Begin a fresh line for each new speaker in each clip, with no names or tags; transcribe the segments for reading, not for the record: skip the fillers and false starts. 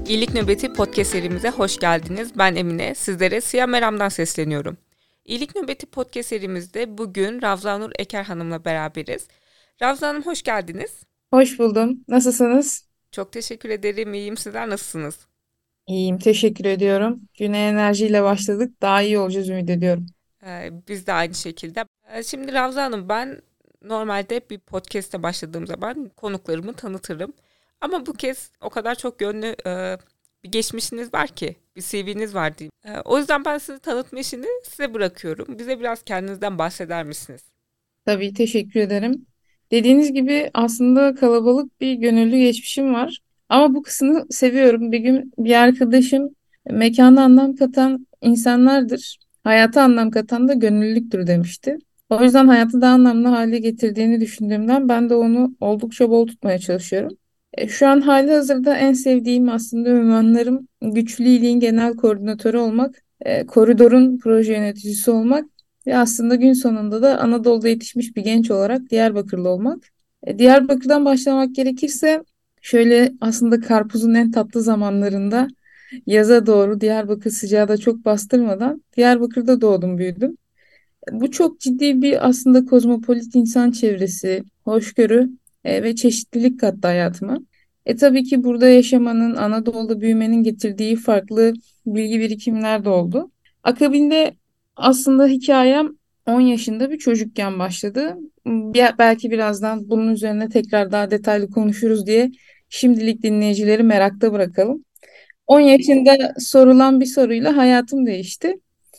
İyilik Nöbeti podcast serimize hoş geldiniz. Ben Emine, sizlere Siyah Meram'dan sesleniyorum. İyilik Nöbeti podcast serimizde bugün Ravza Nur Eker Hanım'la beraberiz. Ravza Hanım hoş geldiniz.
Hoş buldum. Nasılsınız?
Çok teşekkür ederim, iyiyim. Sizler nasılsınız?
İyiyim, teşekkür ediyorum. Güne enerjiyle başladık. Daha iyi olacağız ümit ediyorum.
Biz de aynı şekilde. Şimdi Ravza Hanım, ben normalde bir podcast'e başladığım zaman konuklarımı tanıtırım. Ama bu kez o kadar çok yönlü bir geçmişiniz var ki, bir CV'niz var diyeyim. O yüzden ben sizi tanıtma işini size bırakıyorum. Bize biraz kendinizden bahseder misiniz?
Tabii teşekkür ederim. Dediğiniz gibi aslında kalabalık bir gönüllü geçmişim var. Ama bu kısmını seviyorum. Bir gün bir arkadaşım mekana anlam katan insanlardır. Hayata anlam katan da gönüllülüktür demişti. O yüzden hayatı daha anlamlı hale getirdiğini düşündüğümden ben de onu oldukça bol tutmaya çalışıyorum. Şu an halihazırda en sevdiğim aslında ünvanlarım güçlü iyiliğin genel koordinatörü olmak, koridorun proje yöneticisi olmak ve aslında gün sonunda da Anadolu'da yetişmiş bir genç olarak Diyarbakırlı olmak. Diyarbakır'dan başlamak gerekirse şöyle aslında karpuzun en tatlı zamanlarında yaza doğru Diyarbakır sıcağı da çok bastırmadan Diyarbakır'da doğdum büyüdüm. Bu çok ciddi bir aslında kozmopolit insan çevresi, hoşgörü ve çeşitlilik kattı hayatıma. Tabii ki burada yaşamanın, Anadolu'da büyümenin getirdiği farklı bilgi birikimler de oldu. Akabinde aslında hikayem 10 yaşında bir çocukken başladı. Belki birazdan bunun üzerine tekrar daha detaylı konuşuruz diye şimdilik dinleyicileri merakta bırakalım. 10 yaşında sorulan bir soruyla hayatım değişti.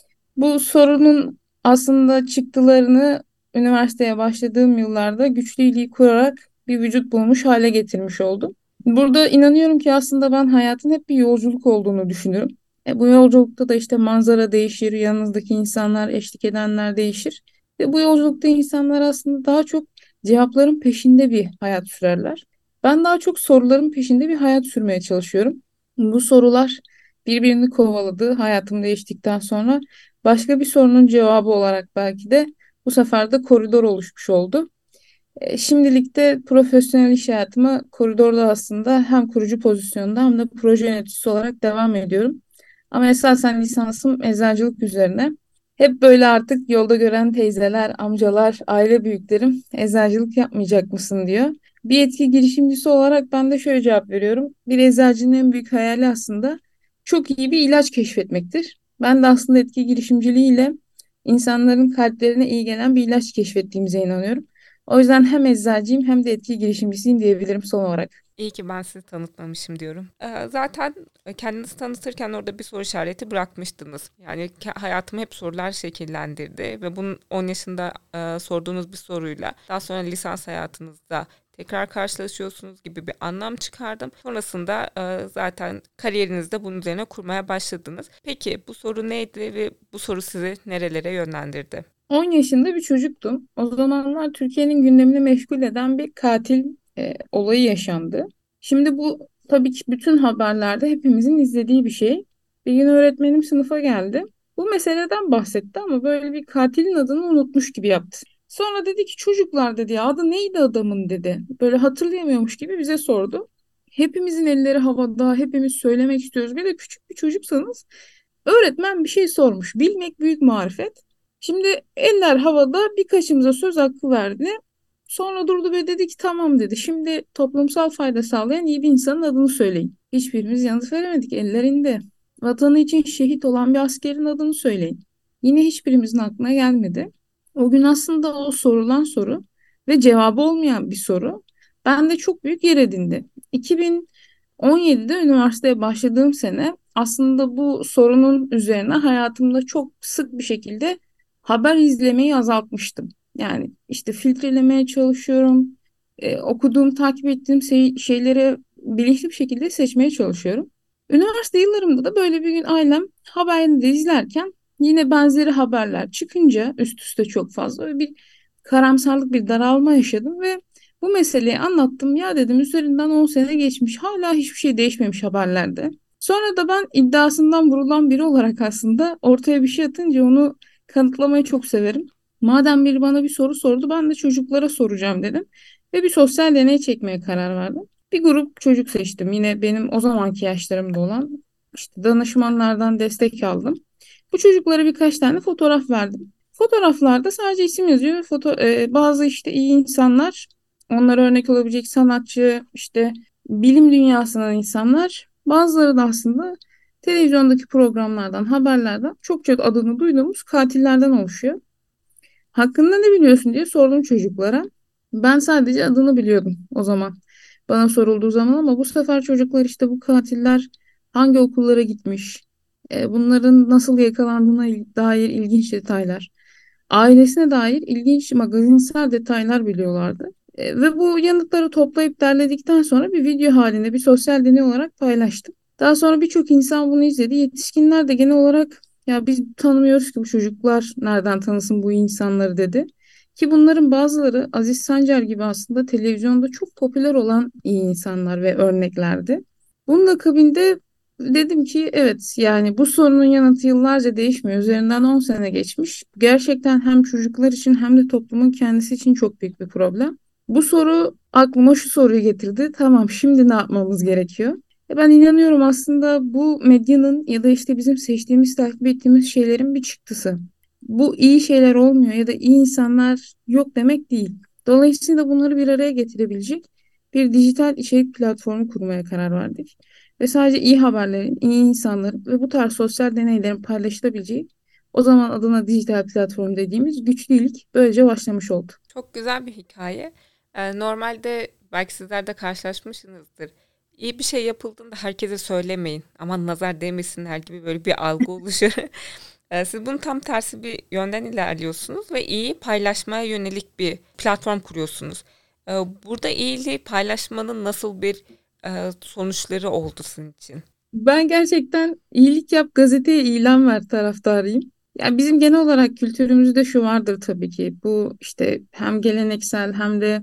Bu sorunun aslında çıktılarını üniversiteye başladığım yıllarda güçlü ilgi kurarak bir vücut bulmuş hale getirmiş oldum. Burada inanıyorum ki aslında ben hayatın hep bir yolculuk olduğunu düşünürüm. Bu yolculukta da işte manzara değişir, yanınızdaki insanlar, eşlik edenler değişir. Ve bu yolculukta insanlar aslında daha çok cevapların peşinde bir hayat sürerler. Ben daha çok soruların peşinde bir hayat sürmeye çalışıyorum. Bu sorular birbirini kovaladı hayatım değiştikten sonra. Başka bir sorunun cevabı olarak belki de bu sefer de koridor oluşmuş oldu. Şimdilik de profesyonel iş hayatıma koridorda aslında hem kurucu pozisyonda hem de proje yöneticisi olarak devam ediyorum. Ama esasen lisansım eczacılık üzerine. Hep böyle artık yolda gören teyzeler, amcalar, aile büyüklerim eczacılık yapmayacak mısın diyor. Bir etki girişimcisi olarak ben de şöyle cevap veriyorum. Bir eczacının en büyük hayali aslında çok iyi bir ilaç keşfetmektir. Ben de aslında etki girişimciliğiyle insanların kalplerine iyi gelen bir ilaç keşfettiğimize inanıyorum. O yüzden hem eczacıyım hem de etki girişimcisiyim diyebilirim son olarak.
İyi ki ben sizi tanıtmamışım diyorum. Zaten kendinizi tanıtırken orada bir soru işareti bırakmıştınız. Yani hayatımı hep sorular şekillendirdi ve bunun 10 yaşında sorduğunuz bir soruyla daha sonra lisans hayatınızda tekrar karşılaşıyorsunuz gibi bir anlam çıkardım. Sonrasında zaten kariyerinizde bunun üzerine kurmaya başladınız. Peki bu soru neydi ve bu soru sizi nerelere yönlendirdi?
10 yaşında bir çocuktum. O zamanlar Türkiye'nin gündemini meşgul eden bir katil olayı yaşandı. Şimdi bu tabii ki bütün haberlerde hepimizin izlediği bir şey. Bir gün öğretmenim sınıfa geldi. Bu meseleden bahsetti ama böyle bir katilin adını unutmuş gibi yaptı. Sonra dedi ki çocuklar dedi ya adı neydi adamın dedi. Böyle hatırlayamıyormuş gibi bize sordu. Hepimizin elleri havada, hepimiz söylemek istiyoruz. Bir de küçük bir çocuksanız öğretmen bir şey sormuş. Bilmek büyük marifet. Şimdi eller havada birkaçımıza söz hakkı verdi. Sonra durdu ve dedi ki tamam dedi. Şimdi toplumsal fayda sağlayan iyi bir insanın adını söyleyin. Hiçbirimiz yanıt veremedik ellerinde. Vatanı için şehit olan bir askerin adını söyleyin. Yine hiçbirimizin aklına gelmedi. O gün aslında o sorulan soru ve cevabı olmayan bir soru bende çok büyük yer edindi. 2017'de üniversiteye başladığım sene aslında bu sorunun üzerine hayatımda çok sık bir şekilde haber izlemeyi azaltmıştım. Yani işte filtrelemeye çalışıyorum. Okuduğum, takip ettiğim şeyleri bilinçli bir şekilde seçmeye çalışıyorum. Üniversite yıllarımda da böyle bir gün ailem haberleri izlerken yine benzeri haberler çıkınca üst üste çok fazla böyle bir karamsarlık, bir daralma yaşadım ve bu meseleyi anlattım. Ya dedim üzerinden 10 sene geçmiş hala hiçbir şey değişmemiş haberlerde. Sonra da ben iddiasından vurulan biri olarak aslında ortaya bir şey atınca onu kanıtlamayı çok severim. Madem biri bana bir soru sordu ben de çocuklara soracağım dedim. Ve bir sosyal deney çekmeye karar verdim. Bir grup çocuk seçtim. Yine benim o zamanki yaşlarımda olan işte danışmanlardan destek aldım. Bu çocuklara birkaç tane fotoğraf verdim. Fotoğraflarda sadece isim yazıyor. Bazı işte iyi insanlar, onlara örnek olabilecek sanatçı, işte bilim dünyasından insanlar. Bazıları da aslında televizyondaki programlardan, haberlerden çok çok adını duyduğumuz katillerden oluşuyor. Hakkında ne biliyorsun diye sordum çocuklara. Ben sadece adını biliyordum o zaman. Bana sorulduğu zaman ama bu sefer çocuklar işte bu katiller hangi okullara gitmiş, bunların nasıl yakalandığına dair ilginç detaylar, ailesine dair ilginç magazinsel detaylar biliyorlardı. Ve bu yanıtları toplayıp derledikten sonra bir video halinde bir sosyal deney olarak paylaştım. Daha sonra birçok insan bunu izledi. Yetişkinler de genel olarak ya biz tanımıyoruz ki bu çocuklar nereden tanısın bu insanları dedi. Ki bunların bazıları Aziz Sancar gibi aslında televizyonda çok popüler olan iyi insanlar ve örneklerdi. Bunun akabinde dedim ki evet yani bu sorunun yanıtı yıllarca değişmiyor. Üzerinden 10 sene geçmiş. Gerçekten hem çocuklar için hem de toplumun kendisi için çok büyük bir problem. Bu soru aklıma şu soruyu getirdi. Tamam şimdi ne yapmamız gerekiyor? Ben inanıyorum aslında bu medyanın ya da işte bizim seçtiğimiz, takip ettiğimiz şeylerin bir çıktısı. Bu iyi şeyler olmuyor ya da iyi insanlar yok demek değil. Dolayısıyla bunları bir araya getirebilecek bir dijital içerik platformu kurmaya karar verdik. Ve sadece iyi haberlerin, iyi insanların ve bu tarz sosyal deneylerin paylaşılabileceği o zaman adına dijital platform dediğimiz güçlü ilk böylece başlamış oldu.
Çok güzel bir hikaye. Normalde belki sizler de karşılaşmışsınızdır. İyi bir şey yapıldığında herkese söylemeyin. Aman nazar değmesinler gibi böyle bir algı oluşur. Siz bunun tam tersi bir yönden ilerliyorsunuz ve iyi paylaşmaya yönelik bir platform kuruyorsunuz. Ee, Burada iyiliği paylaşmanın nasıl bir sonuçları oldu sizin için?
Ben gerçekten iyilik yap gazeteye ilan ver taraftarıyım. Ya bizim genel olarak kültürümüzde şu vardır tabii ki. Bu işte hem geleneksel hem de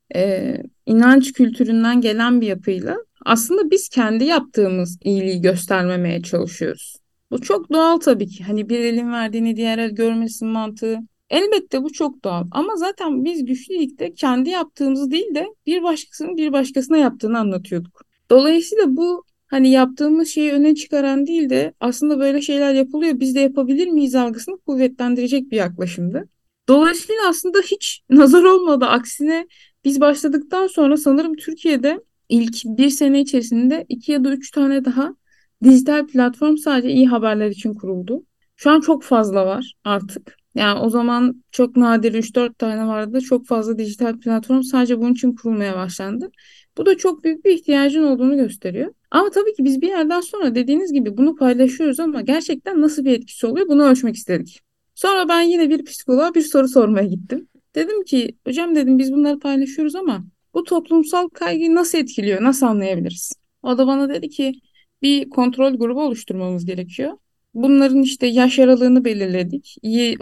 inanç kültüründen gelen bir yapıyla aslında biz kendi yaptığımız iyiliği göstermemeye çalışıyoruz. Bu çok doğal tabii ki. Hani bir elin verdiğini diğer el görmesin mantığı. Elbette bu çok doğal. Ama zaten biz güçlülükte kendi yaptığımızı değil de bir başkasının bir başkasına yaptığını anlatıyorduk. Dolayısıyla bu hani yaptığımız şeyi öne çıkaran değil de aslında böyle şeyler yapılıyor biz de yapabilir miyiz algısını kuvvetlendirecek bir yaklaşımdı. Dolayısıyla aslında hiç nazar olmadı. Aksine biz başladıktan sonra sanırım Türkiye'de ilk bir sene içerisinde iki ya da üç tane daha dijital platform sadece iyi haberler için kuruldu. Şu an çok fazla var artık. Yani o zaman çok nadir üç dört tane vardı. Çok fazla dijital platform sadece bunun için kurulmaya başlandı. Bu da çok büyük bir ihtiyacın olduğunu gösteriyor. Ama tabii ki biz bir yerden sonra dediğiniz gibi bunu paylaşıyoruz ama gerçekten nasıl bir etkisi oluyor bunu ölçmek istedik. Sonra ben yine bir psikoloğa bir soru sormaya gittim. Dedim ki hocam dedim biz bunları paylaşıyoruz ama bu toplumsal kaygıyı nasıl etkiliyor, nasıl anlayabiliriz? O da bana dedi ki bir kontrol grubu oluşturmamız gerekiyor. Bunların işte yaş aralığını belirledik.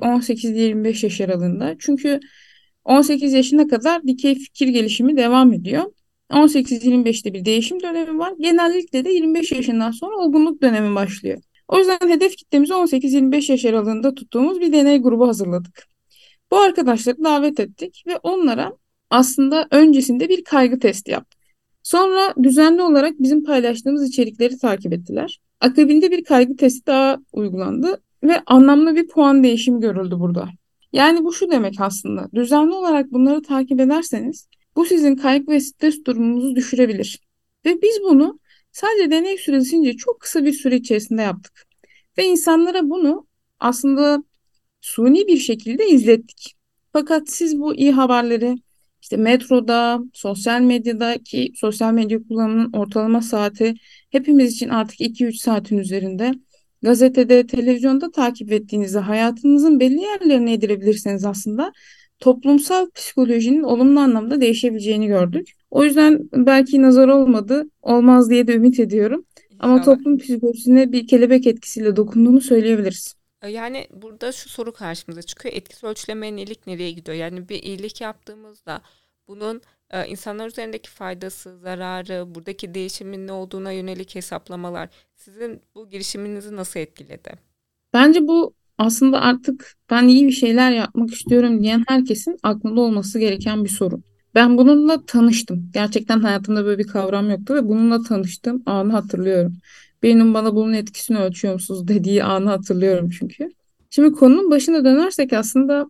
18-25 yaş aralığında. Çünkü 18 yaşına kadar dikey fikir gelişimi devam ediyor. 18-25'te bir değişim dönemi var. Genellikle de 25 yaşından sonra olgunluk dönemi başlıyor. O yüzden hedef kitlemizi 18-25 yaş aralığında tuttuğumuz bir deney grubu hazırladık. Bu arkadaşları davet ettik ve onlara aslında öncesinde bir kaygı testi yaptık. Sonra düzenli olarak bizim paylaştığımız içerikleri takip ettiler. Akabinde bir kaygı testi daha uygulandı ve anlamlı bir puan değişimi görüldü burada. Yani bu şu demek aslında. Düzenli olarak bunları takip ederseniz bu sizin kaygı ve stres durumunuzu düşürebilir. Ve biz bunu sadece deney süresince çok kısa bir süre içerisinde yaptık. Ve insanlara bunu aslında suni bir şekilde izlettik. Fakat siz bu iyi haberleri işte metroda, sosyal medyada ki sosyal medya kullanımının ortalama saati hepimiz için artık 2-3 saatin üzerinde. Gazetede, televizyonda takip ettiğinizde hayatınızın belli yerlerine yedirebilirseniz aslında toplumsal psikolojinin olumlu anlamda değişebileceğini gördük. O yüzden belki nazar olmadı, olmaz diye de ümit ediyorum. Ama
İnşallah.
toplum psikolojisine bir kelebek etkisiyle dokunduğunu söyleyebiliriz.
Yani burada şu soru karşımıza çıkıyor. Etkisi ölçülemeyen iyilik nereye gidiyor? Yani bir iyilik yaptığımızda bunun insanlar üzerindeki faydası, zararı, buradaki değişimin ne olduğuna yönelik hesaplamalar sizin bu girişiminizi nasıl etkiledi?
Bence bu aslında artık ben iyi bir şeyler yapmak istiyorum diyen herkesin aklında olması gereken bir soru. Ben bununla tanıştım. Gerçekten hayatımda böyle bir kavram yoktu ve bununla tanıştığım anı hatırlıyorum. Birinin bana bunun etkisini ölçüyor musunuz dediği anı hatırlıyorum çünkü. Şimdi konunun başına dönersek aslında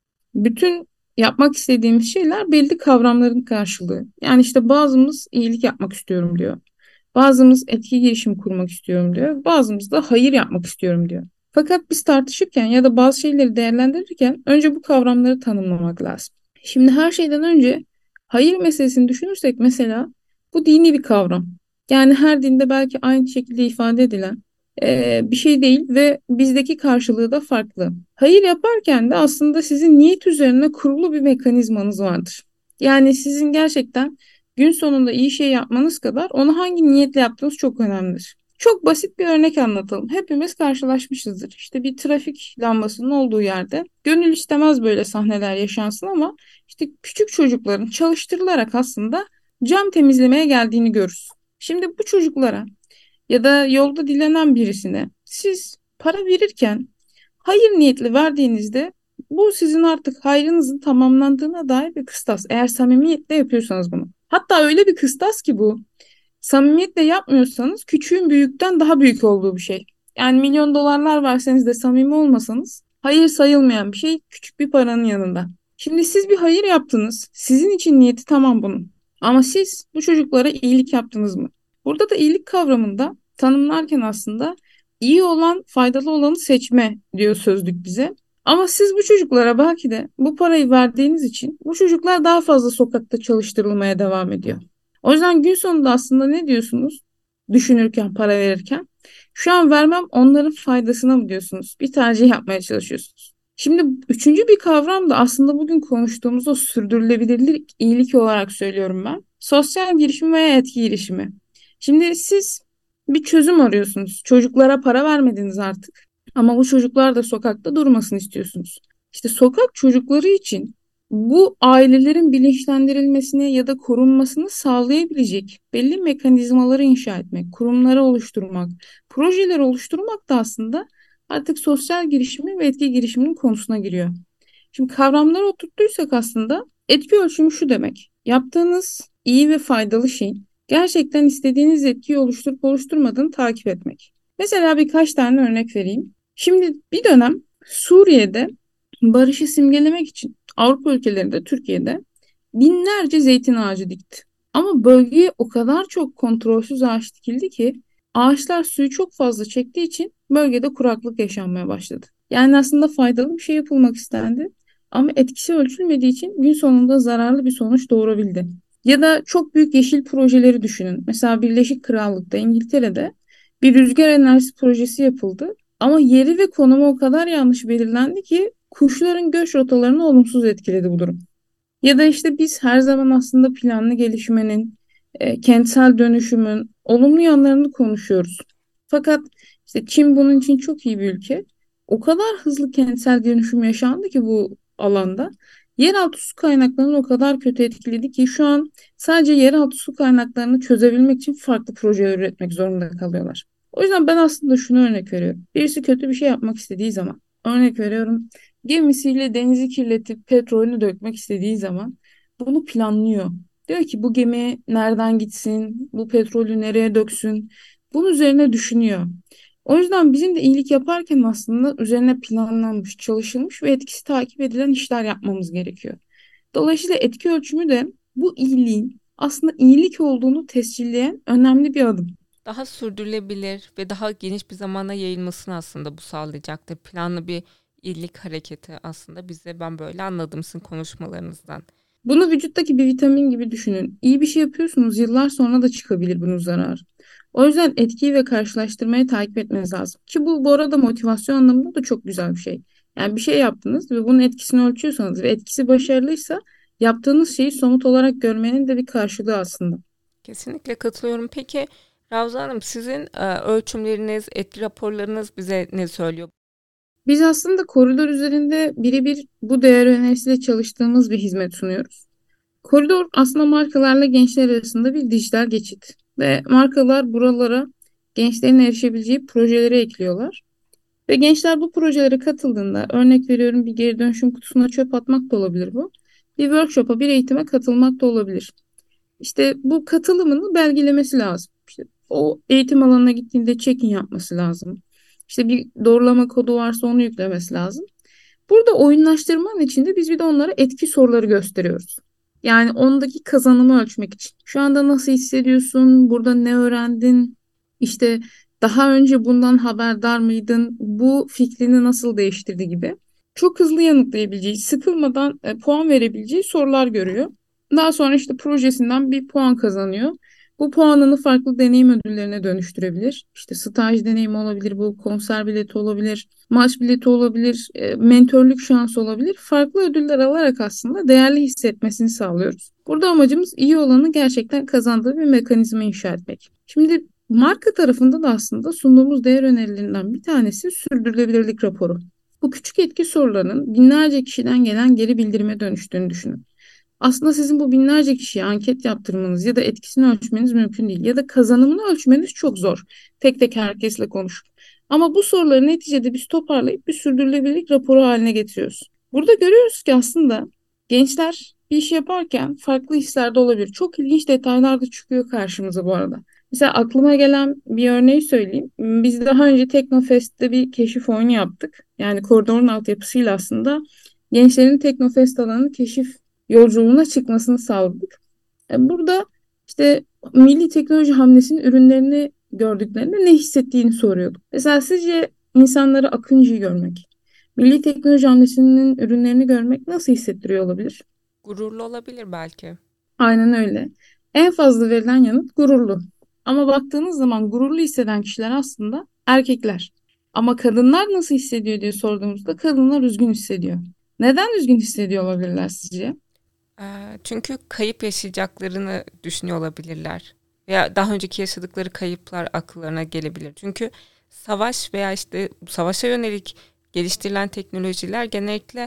bütün yapmak istediğimiz şeyler belli kavramların karşılığı. Yani işte bazımız iyilik yapmak istiyorum diyor. Bazımız etki girişimi kurmak istiyorum diyor. Bazımız da hayır yapmak istiyorum diyor. Fakat biz tartışırken ya da bazı şeyleri değerlendirirken önce bu kavramları tanımlamak lazım. Şimdi her şeyden önce hayır meselesini düşünürsek mesela bu dini bir kavram. Yani her dinde belki aynı şekilde ifade edilen bir şey değil ve bizdeki karşılığı da farklı. Hayır yaparken de aslında sizin niyet üzerine kurulu bir mekanizmanız vardır. Yani sizin gerçekten gün sonunda iyi şey yapmanız kadar onu hangi niyetle yaptığınız çok önemlidir. Çok basit bir örnek anlatalım. Hepimiz karşılaşmışızdır. İşte bir trafik lambasının olduğu yerde gönül istemez böyle sahneler yaşansın ama işte küçük çocukların çalıştırılarak aslında cam temizlemeye geldiğini görürüz. Şimdi bu çocuklara ya da yolda dilenen birisine siz para verirken hayır niyetli verdiğinizde bu sizin artık hayrınızın tamamlandığına dair bir kıstas. Eğer samimiyetle yapıyorsanız bunu. Hatta öyle bir kıstas ki bu. Samimiyetle yapmıyorsanız küçüğün büyükten daha büyük olduğu bir şey. Yani milyon dolarlar verseniz de samimi olmasanız hayır sayılmayan bir şey küçük bir paranın yanında. Şimdi siz bir hayır yaptınız. Sizin için niyeti tamam bunun. Ama siz bu çocuklara iyilik yaptınız mı? Burada da iyilik kavramında tanımlarken aslında iyi olan, faydalı olanı seçme diyor sözlük bize. Ama siz bu çocuklara belki de bu parayı verdiğiniz için bu çocuklar daha fazla sokakta çalıştırılmaya devam ediyor. O yüzden gün sonunda aslında ne diyorsunuz? Düşünürken, para verirken. Şu an vermem onların faydasına mı diyorsunuz? Bir tercih yapmaya çalışıyorsunuz. Şimdi üçüncü bir kavram da aslında bugün konuştuğumuz o sürdürülebilirlik, iyilik olarak söylüyorum ben. Sosyal girişim veya etki girişimi. Şimdi siz bir çözüm arıyorsunuz. Çocuklara para vermediniz artık. Ama bu çocuklar da sokakta durmasın istiyorsunuz. İşte sokak çocukları için bu ailelerin bilinçlendirilmesini ya da korunmasını sağlayabilecek belli mekanizmaları inşa etmek, kurumları oluşturmak, projeler oluşturmak da aslında artık sosyal girişimi ve etki girişiminin konusuna giriyor. Şimdi kavramları oturttuysak aslında etki ölçümü şu demek. Yaptığınız iyi ve faydalı şeyin gerçekten istediğiniz etkiyi oluşturup oluşturmadığını takip etmek. Mesela birkaç tane örnek vereyim. Şimdi bir dönem Suriye'de barışı simgelemek için Avrupa ülkelerinde, Türkiye'de binlerce zeytin ağacı dikti. Ama bölgeye o kadar çok kontrolsüz ağaç dikildi ki ağaçlar suyu çok fazla çektiği için bölgede kuraklık yaşanmaya başladı. Yani aslında faydalı bir şey yapılmak istendi ama etkisi ölçülmediği için gün sonunda zararlı bir sonuç doğurabildi. Ya da çok büyük yeşil projeleri düşünün. Mesela Birleşik Krallık'ta, İngiltere'de bir rüzgar enerjisi projesi yapıldı. Ama yeri ve konumu o kadar yanlış belirlendi ki kuşların göç rotalarını olumsuz etkiledi bu durum. Ya da işte biz her zaman aslında planlı gelişmenin, kentsel dönüşümün olumlu yanlarını konuşuyoruz. Fakat işte Çin bunun için çok iyi bir ülke. O kadar hızlı kentsel dönüşüm yaşandı ki bu alanda. Yeraltı su kaynaklarını o kadar kötü etkiledi ki şu an sadece yeraltı su kaynaklarını çözebilmek için farklı projeler üretmek zorunda kalıyorlar. O yüzden ben aslında şunu örnek veriyorum. Birisi kötü bir şey yapmak istediği zaman, örnek veriyorum, gemisiyle denizi kirletip petrolünü dökmek istediği zaman bunu planlıyor. Diyor ki bu gemi nereden gitsin, bu petrolü nereye döksün. Bunun üzerine düşünüyor. O yüzden bizim de iyilik yaparken aslında üzerine planlanmış, çalışılmış ve etkisi takip edilen işler yapmamız gerekiyor. Dolayısıyla etki ölçümü de bu iyiliğin aslında iyilik olduğunu tescilleyen önemli bir adım.
Daha sürdürülebilir ve daha geniş bir zamana yayılmasını aslında bu sağlayacaktır. Planlı bir iyilik hareketi aslında bize, ben böyle anladım sizin konuşmalarınızdan.
Bunu vücuttaki bir vitamin gibi düşünün. İyi bir şey yapıyorsunuz, yıllar sonra da çıkabilir bunun zararı. O yüzden etkiyi ve karşılaştırmayı takip etmeniz lazım. Ki bu arada motivasyon anlamında da çok güzel bir şey. Yani bir şey yaptınız ve bunun etkisini ölçüyorsanız ve etkisi başarılıysa yaptığınız şeyi somut olarak görmenin de bir karşılığı aslında.
Kesinlikle katılıyorum. Peki Ravza Hanım, sizin ölçümleriniz, etki raporlarınız bize ne söylüyor?
Biz aslında koridor üzerinde birebir bu değer önerisiyle çalıştığımız bir hizmet sunuyoruz. Koridor aslında markalarla gençler arasında bir dijital geçit ve markalar buralara gençlerin erişebileceği projeleri ekliyorlar. Ve gençler bu projelere katıldığında örnek veriyorum bir geri dönüşüm kutusuna çöp atmak da olabilir bu. Bir workshop'a, bir eğitime katılmak da olabilir. İşte bu katılımını belgelemesi lazım. İşte o eğitim alanına gittiğinde check-in yapması lazım. İşte bir doğrulama kodu varsa onu yüklemesi lazım. Burada oyunlaştırmanın içinde biz bir de onlara etki soruları gösteriyoruz. Yani ondaki kazanımı ölçmek için. Şu anda nasıl hissediyorsun? Burada ne öğrendin? İşte daha önce bundan haberdar mıydın? Bu fikrini nasıl değiştirdi gibi. Çok hızlı yanıtlayabileceği, sıkılmadan puan verebileceği sorular görüyor. Daha sonra işte projesinden bir puan kazanıyor. Bu puanını farklı deneyim ödüllerine dönüştürebilir. İşte staj deneyimi olabilir, bu konser bileti olabilir, maç bileti olabilir, mentörlük şansı olabilir. Farklı ödüller alarak aslında değerli hissetmesini sağlıyoruz. Burada amacımız iyi olanı gerçekten kazandığı bir mekanizma inşa etmek. Şimdi marka tarafında da aslında sunduğumuz değer önerilerinden bir tanesi sürdürülebilirlik raporu. Bu küçük etki sorularının binlerce kişiden gelen geri bildirime dönüştüğünü düşünün. Aslında sizin bu binlerce kişiye anket yaptırmanız ya da etkisini ölçmeniz mümkün değil. Ya da kazanımını ölçmeniz çok zor. Tek tek herkesle konuşup. Ama bu soruları neticede biz toparlayıp bir sürdürülebilirlik raporu haline getiriyoruz. Burada görüyoruz ki aslında gençler bir iş yaparken farklı hislerde olabilir. Çok ilginç detaylar da çıkıyor karşımıza bu arada. Mesela aklıma gelen bir örneği söyleyeyim. Biz daha önce Teknofest'te bir keşif oyunu yaptık. Yani koridorun altyapısıyla aslında gençlerin Teknofest alanı keşif yolculuğuna çıkmasını sağladık. Burada işte milli teknoloji hamlesinin ürünlerini gördüklerinde ne hissettiğini soruyorduk. Mesela sizce insanları Akıncı'yı görmek, milli teknoloji hamlesinin ürünlerini görmek nasıl hissettiriyor olabilir?
Gururlu olabilir belki.
Aynen öyle. En fazla verilen yanıt gururlu. Ama baktığınız zaman gururlu hisseden kişiler aslında erkekler. Ama kadınlar nasıl hissediyor diye sorduğumuzda kadınlar üzgün hissediyor. Neden üzgün hissediyor olabilirler sizce?
Çünkü kayıp yaşayacaklarını düşünüyor olabilirler. Veya daha önceki yaşadıkları kayıplar akıllarına gelebilir. Çünkü savaş veya işte savaşa yönelik geliştirilen teknolojiler genellikle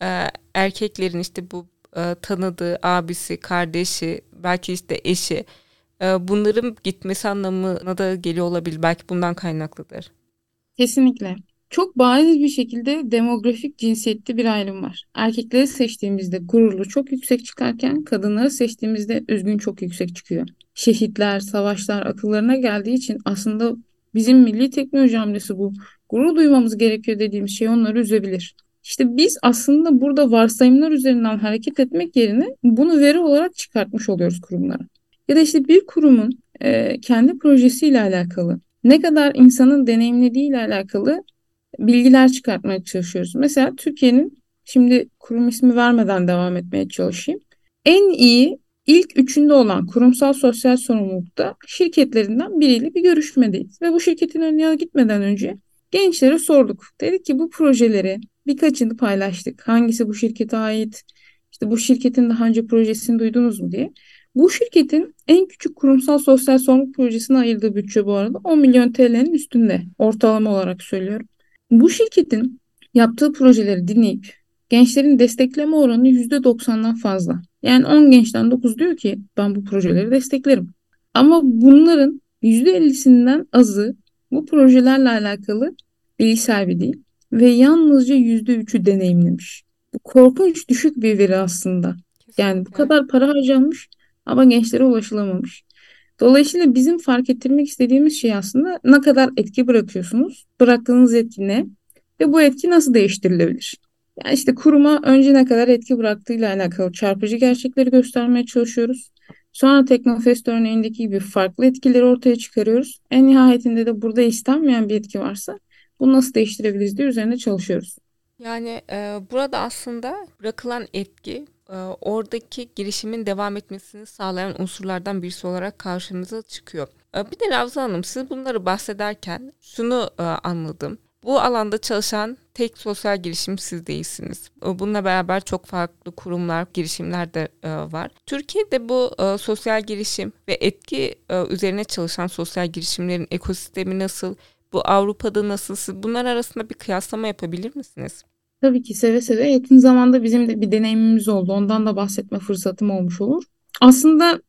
erkeklerin işte bu tanıdığı abisi, kardeşi, belki işte eşi, bunların gitmesi anlamına da geliyor olabilir. Belki bundan kaynaklıdır.
Kesinlikle. Çok bariz bir şekilde demografik cinsiyetli bir ayrım var. Erkekleri seçtiğimizde gururlu çok yüksek çıkarken kadınları seçtiğimizde üzgün çok yüksek çıkıyor. Şehitler, savaşlar akıllarına geldiği için aslında bizim milli teknoloji hamlesi bu. Gurur duymamız gerekiyor dediğimiz şey onları üzebilir. İşte biz aslında burada varsayımlar üzerinden hareket etmek yerine bunu veri olarak çıkartmış oluyoruz kurumlara. Ya da işte bir kurumun kendi projesiyle alakalı ne kadar insanın deneyimlediği ile alakalı bilgiler çıkartmaya çalışıyoruz. Mesela Türkiye'nin, şimdi kurum ismi vermeden devam etmeye çalışayım. En iyi ilk üçünde olan kurumsal sosyal sorumlulukta şirketlerinden biriyle bir görüşmedeyiz. Ve bu şirketin önüne gitmeden önce gençlere sorduk. Dedik ki bu projeleri birkaçını paylaştık. Hangisi bu şirkete ait? İşte bu şirketin daha önce projesini duydunuz mu diye. Bu şirketin en küçük kurumsal sosyal sorumluluk projesine ayırdığı bütçe bu arada 10 milyon TL'nin üstünde. Ortalama olarak söylüyorum. Bu şirketin yaptığı projeleri dinleyip gençlerin destekleme oranı %90'dan fazla. Yani 10 gençten 9 diyor ki ben bu projeleri desteklerim. Ama bunların %50'sinden azı bu projelerle alakalı bilgi sahibi değil ve yalnızca %3'ü deneyimlemiş. Bu korkunç düşük bir veri aslında. Yani bu
Kesinlikle.
kadar para harcanmış ama gençlere ulaşılamamış. Dolayısıyla bizim fark ettirmek istediğimiz şey aslında ne kadar etki bırakıyorsunuz, bıraktığınız etki ne ve bu etki nasıl değiştirilebilir? Yani işte kuruma önce ne kadar etki bıraktığıyla alakalı çarpıcı gerçekleri göstermeye çalışıyoruz. Sonra Teknofest örneğindeki gibi farklı etkileri ortaya çıkarıyoruz. En nihayetinde de burada istenmeyen bir etki varsa bunu nasıl değiştirebiliriz diye üzerine çalışıyoruz.
Yani burada aslında bırakılan etki oradaki girişimin devam etmesini sağlayan unsurlardan birisi olarak karşımıza çıkıyor. Bir de Ravza Hanım, siz bunları bahsederken şunu anladım. Bu alanda çalışan tek sosyal girişim siz değilsiniz. Bununla beraber çok farklı kurumlar, girişimler de var. Türkiye'de bu sosyal girişim ve etki üzerine çalışan sosyal girişimlerin ekosistemi nasıl? Bu Avrupa'da nasıl? Siz bunlar arasında bir kıyaslama yapabilir misiniz?
Tabii ki seve seve yakın zamanda bizim de bir deneyimimiz oldu. Ondan da bahsetme fırsatım olmuş olur. Aslında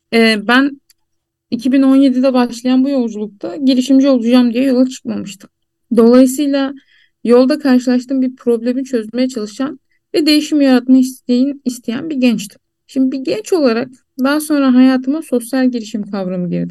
ben 2017'de başlayan bu yolculukta girişimci olacağım diye yola çıkmamıştım. Dolayısıyla yolda karşılaştığım bir problemi çözmeye çalışan ve değişim yaratma isteyen bir gençtim. Şimdi bir genç olarak daha sonra hayatıma sosyal girişim kavramı girdi.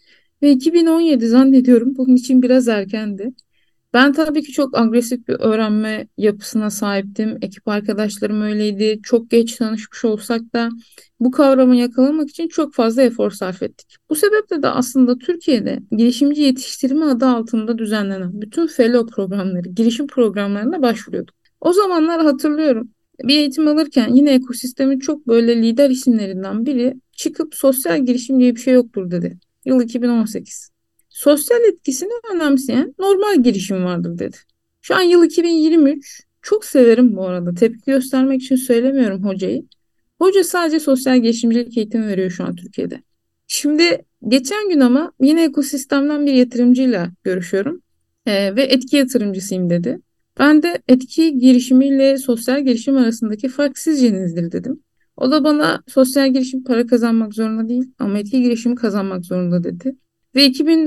Ve 2017 zannediyorum bunun için biraz erkendi. Ben tabii ki çok agresif bir öğrenme yapısına sahiptim. Ekip arkadaşlarım öyleydi. Çok geç tanışmış olsak da bu kavramı yakalamak için çok fazla efor sarf ettik. Bu sebeple de aslında Türkiye'de girişimci yetiştirme adı altında düzenlenen bütün fellow programları, girişim programlarına başvuruyorduk. O zamanlar hatırlıyorum. Bir eğitim alırken yine ekosistemin çok böyle lider isimlerinden biri çıkıp sosyal girişim diye bir şey yoktur dedi. Yıl 2018. Sosyal etkisini önemseyen normal girişim vardır dedi. Şu an yıl 2023. Çok severim bu arada. Tepki göstermek için söylemiyorum hocayı. Hoca sadece sosyal girişimcilik eğitimi veriyor şu an Türkiye'de. Şimdi geçen gün ama yine ekosistemden bir yatırımcıyla görüşüyorum. Ve etki yatırımcısıyım dedi. Ben de etki girişimiyle sosyal girişim arasındaki fark sizce nedir dedim. O da bana sosyal girişim para kazanmak zorunda değil ama etki girişimi kazanmak zorunda dedi. Ve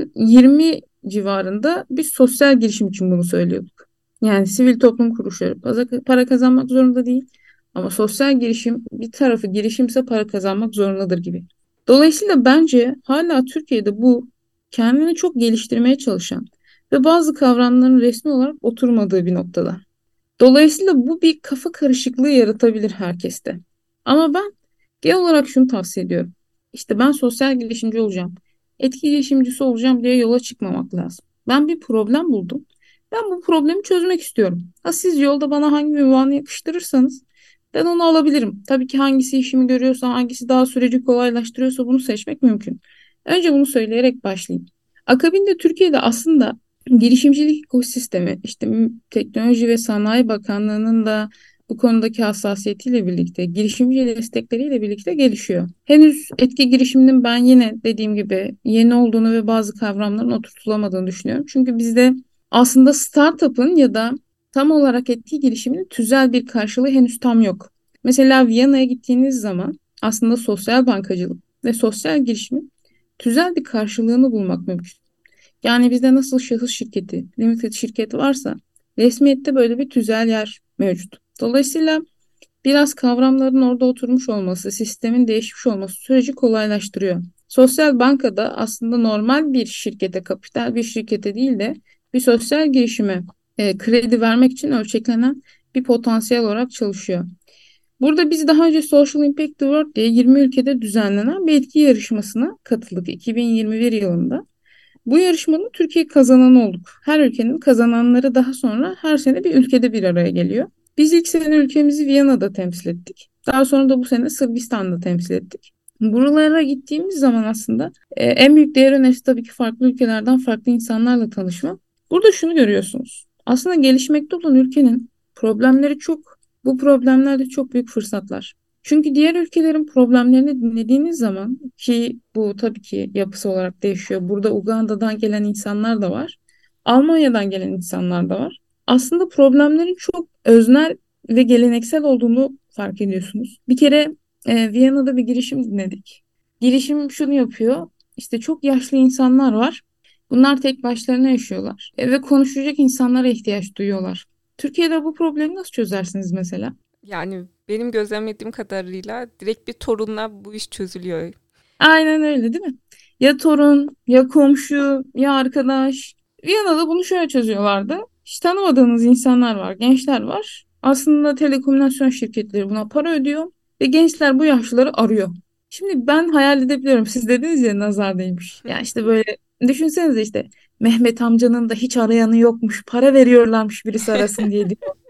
2020 civarında biz sosyal girişim için bunu söylüyorduk. Yani sivil toplum kuruluşları para kazanmak zorunda değil. Ama sosyal girişim bir tarafı girişimse para kazanmak zorundadır gibi. Dolayısıyla bence hala Türkiye'de bu kendini çok geliştirmeye çalışan ve bazı kavramların resmi olarak oturmadığı bir noktada. Dolayısıyla bu bir kafa karışıklığı yaratabilir herkeste. Ama ben genel olarak şunu tavsiye ediyorum. İşte ben sosyal girişimci olacağım, etki girişimcisi olacağım diye yola çıkmamak lazım. Ben bir problem buldum. Ben bu problemi çözmek istiyorum. Ha, siz yolda bana hangi ünvanı yakıştırırsanız ben onu alabilirim. Tabii ki hangisi işimi görüyorsa, hangisi daha süreci kolaylaştırıyorsa bunu seçmek mümkün. Önce bunu söyleyerek başlayayım. Akabinde Türkiye'de aslında girişimcilik ekosistemi işte Teknoloji ve Sanayi Bakanlığı'nın da bu konudaki hassasiyetiyle birlikte, girişimci destekleriyle birlikte gelişiyor. Henüz etki girişiminin ben yine dediğim gibi yeni olduğunu ve bazı kavramların oturtulamadığını düşünüyorum. Çünkü bizde aslında startup'ın ya da tam olarak etki girişiminin tüzel bir karşılığı henüz tam yok. Mesela Viyana'ya gittiğiniz zaman aslında sosyal bankacılık ve sosyal girişimin tüzel bir karşılığını bulmak mümkün. Yani bizde nasıl şahıs şirketi, limited şirket varsa resmiyette böyle bir tüzel yer mevcut. Dolayısıyla biraz kavramların orada oturmuş olması, sistemin değişmiş olması süreci kolaylaştırıyor. Sosyal bankada aslında normal bir şirkete, kapital bir şirkete değil de bir sosyal girişime kredi vermek için ölçeklenen bir potansiyel olarak çalışıyor. Burada biz daha önce Social Impact Award diye 20 ülkede düzenlenen bir etki yarışmasına katıldık 2021 yılında. Bu yarışmanın Türkiye kazananı olduk. Her ülkenin kazananları daha sonra her sene bir ülkede bir araya geliyor. Biz ilk sene ülkemizi Viyana'da temsil ettik. Daha sonra da bu sene Sırbistan'da temsil ettik. Buralara gittiğimiz zaman aslında en büyük değer önerisi tabii ki farklı ülkelerden farklı insanlarla tanışma. Burada şunu görüyorsunuz. Aslında gelişmekte olan ülkenin problemleri çok, bu problemler de çok büyük fırsatlar. Çünkü diğer ülkelerin problemlerini dinlediğiniz zaman ki bu tabii ki yapısı olarak değişiyor. Burada Uganda'dan gelen insanlar da var. Almanya'dan gelen insanlar da var. Aslında problemlerin çok öznel ve geleneksel olduğunu fark ediyorsunuz. Bir kere Viyana'da bir girişim dinledik. Girişim şunu yapıyor. İşte çok yaşlı insanlar var. Bunlar tek başlarına yaşıyorlar. Ve konuşacak insanlara ihtiyaç duyuyorlar. Türkiye'de bu problemi nasıl çözersiniz mesela?
Yani benim gözlemlediğim kadarıyla direkt bir torunla bu iş çözülüyor.
Aynen öyle değil mi? Ya torun, ya komşu, ya arkadaş. Viyana'da bunu şöyle çözüyorlardı. Hiç tanımadığınız insanlar var, gençler var. Aslında telekomünikasyon şirketleri buna para ödüyor ve gençler bu yaşlıları arıyor. Şimdi ben hayal edebiliyorum. Siz dediniz ya nazar değmiş. Yani işte böyle düşünsenize işte Mehmet amcanın da hiç arayanı yokmuş. Para veriyorlarmış birisi arasın diye.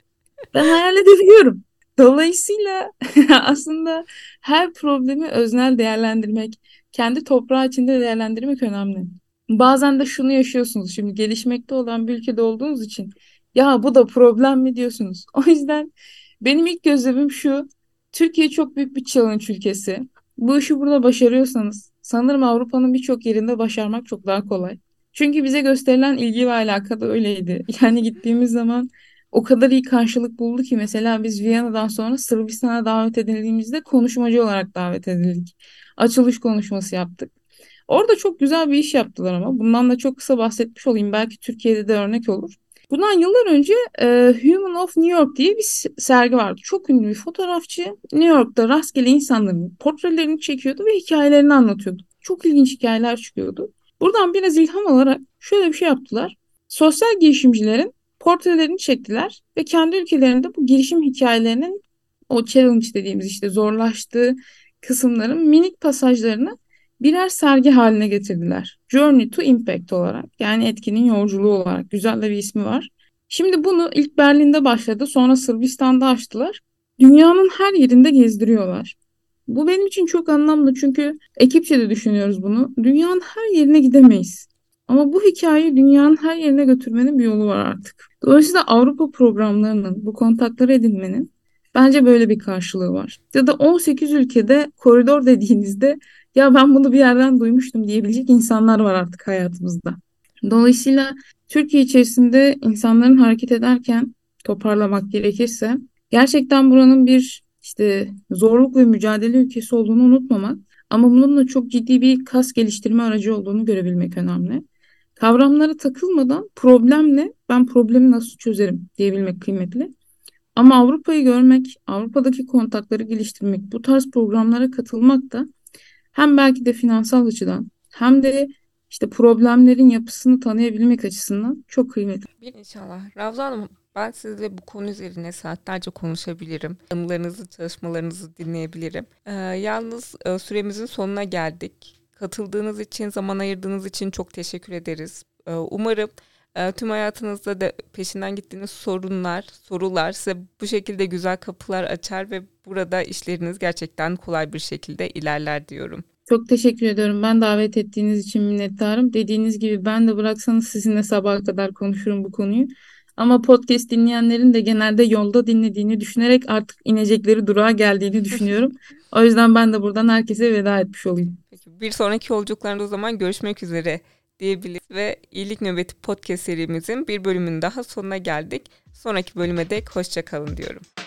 Ben hayal edebiliyorum. Dolayısıyla aslında her problemi öznel değerlendirmek, kendi toprağı içinde değerlendirmek önemli. Bazen de şunu yaşıyorsunuz. Şimdi gelişmekte olan bir ülkede olduğunuz için ya bu da problem mi diyorsunuz. O yüzden benim ilk gözlemim şu. Türkiye çok büyük bir challenge ülkesi. Bu işi burada başarıyorsanız sanırım Avrupa'nın birçok yerinde başarmak çok daha kolay. Çünkü bize gösterilen ilgi ve alaka da öyleydi. Yani gittiğimiz zaman o kadar iyi karşılık buldu ki mesela biz Viyana'dan sonra Sırbistan'a davet edildiğimizde konuşmacı olarak davet edildik. Açılış konuşması yaptık. Orada çok güzel bir iş yaptılar ama bundan da çok kısa bahsetmiş olayım. Belki Türkiye'de de örnek olur. Bundan yıllar önce Human of New York diye bir sergi vardı. Çok ünlü bir fotoğrafçı New York'ta rastgele insanların portrelerini çekiyordu ve hikayelerini anlatıyordu. Çok ilginç hikayeler çıkıyordu. Buradan biraz ilham alarak şöyle bir şey yaptılar. Sosyal girişimcilerin portrelerini çektiler ve kendi ülkelerinde bu girişim hikayelerinin o challenge dediğimiz işte zorlaştığı kısımların minik pasajlarını birer sergi haline getirdiler. Journey to Impact olarak, yani etkinin yolculuğu olarak, güzel de bir ismi var. Şimdi bunu ilk Berlin'de başladı, sonra Sırbistan'da açtılar. Dünyanın her yerinde gezdiriyorlar. Bu benim için çok anlamlı, çünkü ekipçe de düşünüyoruz bunu. Dünyanın her yerine gidemeyiz. Ama bu hikayeyi dünyanın her yerine götürmenin bir yolu var artık. Dolayısıyla Avrupa programlarının, bu kontakları edinmenin bence böyle bir karşılığı var. Ya da 18 ülkede koridor dediğinizde ya ben bunu bir yerden duymuştum diyebilecek insanlar var artık hayatımızda. Dolayısıyla Türkiye içerisinde insanların hareket ederken, toparlamak gerekirse, gerçekten buranın bir işte zorluk ve mücadele ülkesi olduğunu unutmamak, ama bunun da çok ciddi bir kas geliştirme aracı olduğunu görebilmek önemli. Kavramlara takılmadan problemle ben problemi nasıl çözerim diyebilmek kıymetli. Ama Avrupa'yı görmek, Avrupa'daki kontakları geliştirmek, bu tarz programlara katılmak da hem belki de finansal açıdan hem de işte problemlerin yapısını tanıyabilmek açısından çok kıymetli.
İnşallah. Ravza Hanım, ben sizinle bu konu üzerine saatlerce konuşabilirim. Anılarınızı, çalışmalarınızı dinleyebilirim. Yalnız süremizin sonuna geldik. Katıldığınız için, zaman ayırdığınız için çok teşekkür ederiz. Umarım tüm hayatınızda da peşinden gittiğiniz sorular size bu şekilde güzel kapılar açar ve burada işleriniz gerçekten kolay bir şekilde ilerler diyorum.
Çok teşekkür ediyorum. Ben davet ettiğiniz için minnettarım. Dediğiniz gibi ben de bıraksanız sizinle sabaha kadar konuşurum bu konuyu. Ama podcast dinleyenlerin de genelde yolda dinlediğini düşünerek artık inecekleri durağa geldiğini düşünüyorum. O yüzden ben de buradan herkese veda etmiş olayım.
Peki, bir sonraki yolculuklarında o zaman görüşmek üzere diyebiliriz ve İyilik Nöbeti podcast serimizin bir bölümünün daha sonuna geldik. Sonraki bölüme dek hoşça kalın diyorum.